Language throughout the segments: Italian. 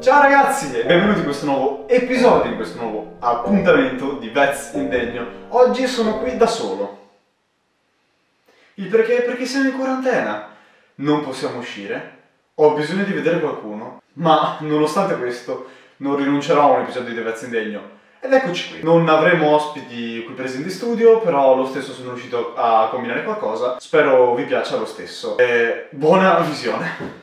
Ciao ragazzi e benvenuti in questo nuovo episodio, in questo nuovo appuntamento di Vets Indegno. Oggi sono qui da solo. Il perché? Perché siamo in quarantena. Non possiamo uscire. Ho bisogno di vedere qualcuno. Ma nonostante questo non rinuncerò a un episodio di Vets Indegno. Ed eccoci qui. Non avremo ospiti qui presenti in studio, però lo stesso sono riuscito a combinare qualcosa. Spero vi piaccia lo stesso. E buona visione.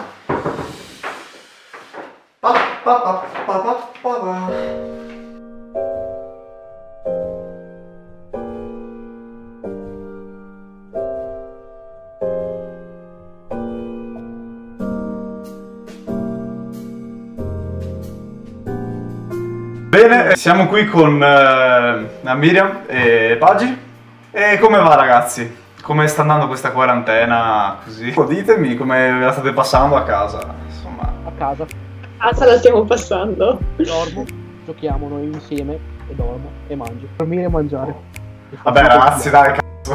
Bene, siamo qui con Miriam e Paggi. E come va ragazzi? Come sta andando questa quarantena così? Ditemi come ve la state passando a casa, insomma. A casa. Ah, se la stiamo passando. Dormo, giochiamo noi insieme e dormo e mangio. Dormire e mangiare. Vabbè ragazzi, dai cazzo.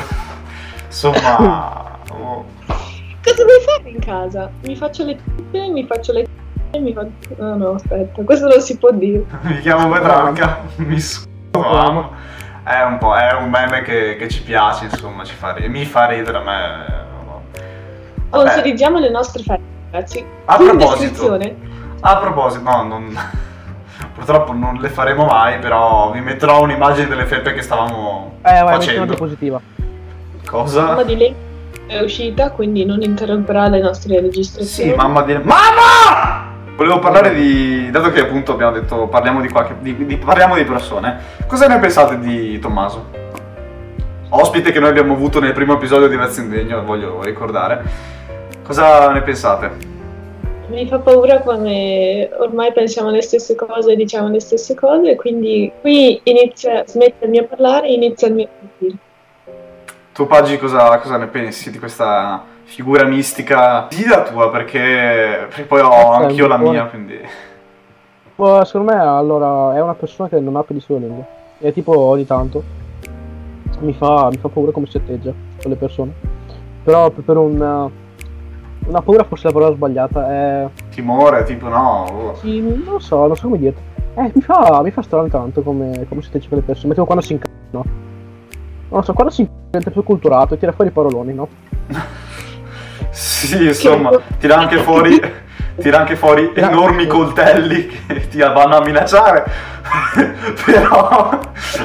Insomma. Cosa vuoi fare in casa? Mi faccio le pippe, mi faccio le no, aspetta, questo non si può dire. Mi chiamo Petrarca, mi scuso. È un meme che ci piace, insomma, mi fa ridere a me. Sponsorizziamo le nostre feste, ragazzi. A proposito, no, purtroppo non le faremo mai, però vi metterò un'immagine delle felpe che stavamo facendo. Una diapositiva. Cosa? Mamma di lei è uscita, quindi non interromperà le nostre registrazioni. Sì, mamma di... Mamma! Volevo parlare di... dato che appunto abbiamo detto parliamo di persone, cosa ne pensate di Tommaso? Ospite che noi abbiamo avuto nel primo episodio di Vets Indegno, voglio ricordare. Cosa ne pensate? Mi fa paura come ormai pensiamo le stesse cose e diciamo le stesse cose, quindi qui inizia a smettermi a parlare e inizia il mio dire. Tu Paggi cosa ne pensi di questa figura mistica? Di la tua, perché poi ho anch'io la mia, quindi... Secondo me allora è una persona che non ha peli sulla lingua. E tipo ogni tanto mi fa paura come si atteggia con le persone. Però per una paura forse la parola sbagliata è... Timore, tipo no? Sì, non so come dirti. Mi fa strano tanto come si atteggia con le persone. Tipo quando si incazzano. Non so, quando si diventa più culturato e tira fuori i paroloni, no? Sì, insomma, tira anche fuori enormi coltelli che ti vanno a minacciare. però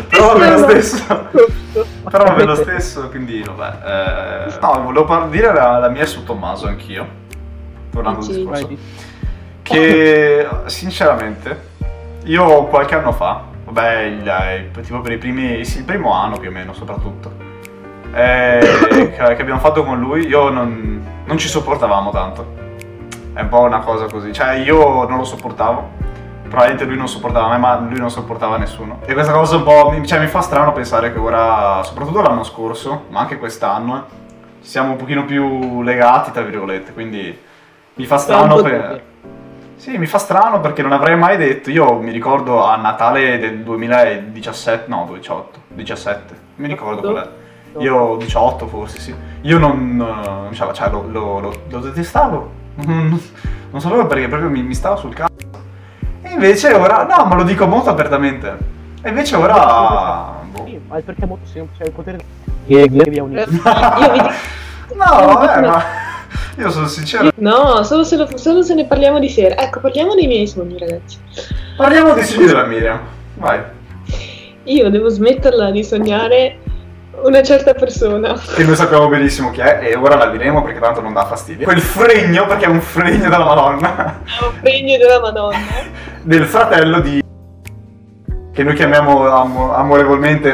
ve lo stesso, quindi vabbè. No, volevo dire la mia su Tommaso anch'io, tornando al discorso, che sinceramente io qualche anno fa, vabbè, tipo per il primo anno più o meno soprattutto, che abbiamo fatto con lui, io non ci sopportavamo tanto. È un po' una cosa così, cioè io non lo sopportavo, probabilmente lui non sopportava me, ma lui non sopportava nessuno. E questa cosa un po' mi fa strano pensare che ora, soprattutto l'anno scorso, ma anche quest'anno, siamo un pochino più legati, tra virgolette, quindi mi fa strano Sì, mi fa strano perché non avrei mai detto. Io mi ricordo a Natale del 2017, no, 17, mi ricordo qual è. Io 18 forse, sì. Io non cioè lo detestavo. Non sapevo perché proprio mi stava sul cazzo. E invece ora, no, ma lo dico molto apertamente. E invece ora... Sì, ma è perché è molto semplice, il potere che vi ha unito. No, vabbè, ma... Io sono sincero. No, solo se ne parliamo di sera. Ecco, parliamo dei miei sogni, ragazzi. Parliamo dei sogni della Miriam. Vai. Io devo smetterla di sognare una certa persona. Che noi sappiamo benissimo chi è e ora la diremo perché tanto non dà fastidio. Quel fregno, perché è un fregno della Madonna. È un fregno della Madonna. Del fratello di... che noi chiamiamo amorevolmente...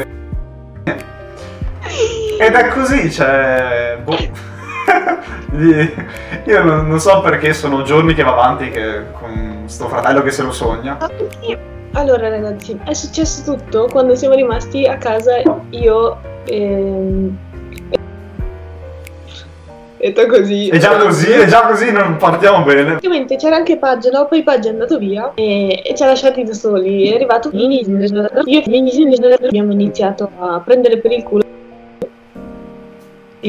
Ed è così, cioè... Io non so perché sono giorni che va avanti con sto fratello che se lo sogna. Allora ragazzi, è successo tutto quando siamo rimasti a casa io detto così. È già così, non partiamo bene. Praticamente c'era anche Paggi, no? Poi Paggi è andato via e ci ha lasciati da soli. È arrivato io abbiamo iniziato a prendere per il culo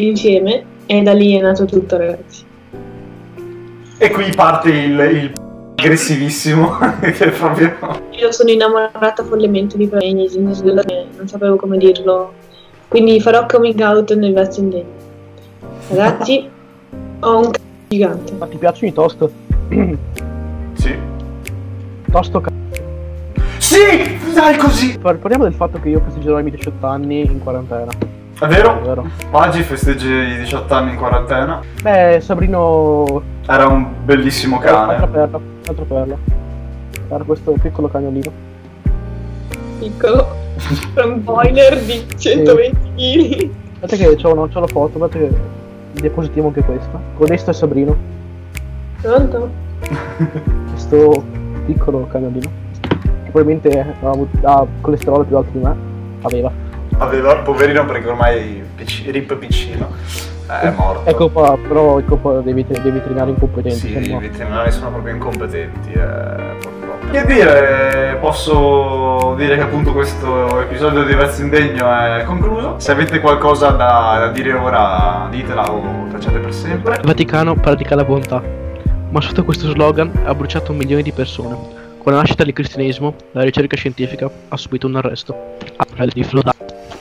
insieme e da lì è nato tutto, ragazzi. E qui parte il aggressivissimo. Che è proprio... Io sono innamorata follemente di Parisi, non sapevo come dirlo. Quindi farò coming out nel verso indegno. Ragazzi, ho un c***o gigante. Ma ti piacciono i toast? Sì. Tosto Sì! Dai così! Parliamo del fatto che io festeggerò i miei 18 anni in quarantena. È vero? È vero. Oggi festeggi i 18 anni in quarantena. Beh, Sabrino... Era un bellissimo cane. Altra perla. Era questo piccolo cagnolino. Piccolo. Un boiler di 120 kg. Aspetta che c'ho la foto, aspetta che depositiamo anche questa. Questo è Sabrino. Pronto? Questo piccolo cagnolino. Che probabilmente ha colesterolo più alto di me. Aveva, poverino, perché ormai rip piccino. È morto. Ecco qua, però è colpa dei veterinari incompetenti. Sì, i veterinari sono proprio incompetenti, purtroppo. Che dire, posso dire che appunto questo episodio di Verso Indegno è concluso. Se avete qualcosa da dire ora, ditela o tacciate per sempre. Il Vaticano pratica la bontà, ma sotto questo slogan ha bruciato milioni di persone. Con la nascita del cristianesimo, la ricerca scientifica ha subito un arresto. Di Floda.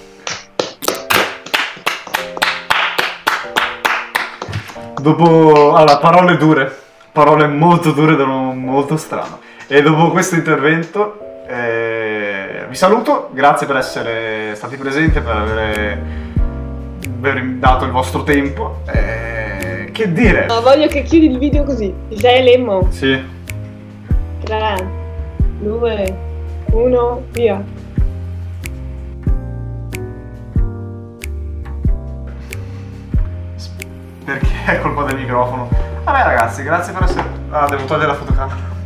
Dopo, allora, parole molto dure da molto strano. E dopo questo intervento vi saluto, grazie per essere stati presenti, per aver dato il vostro tempo. Che dire? No, voglio che chiudi il video così. Ci sei, Lemmo? Sì. 3, 2, 1, via. Perché è colpa del microfono. Vabbè ragazzi, grazie per essere... Ah, devo togliere la fotocamera.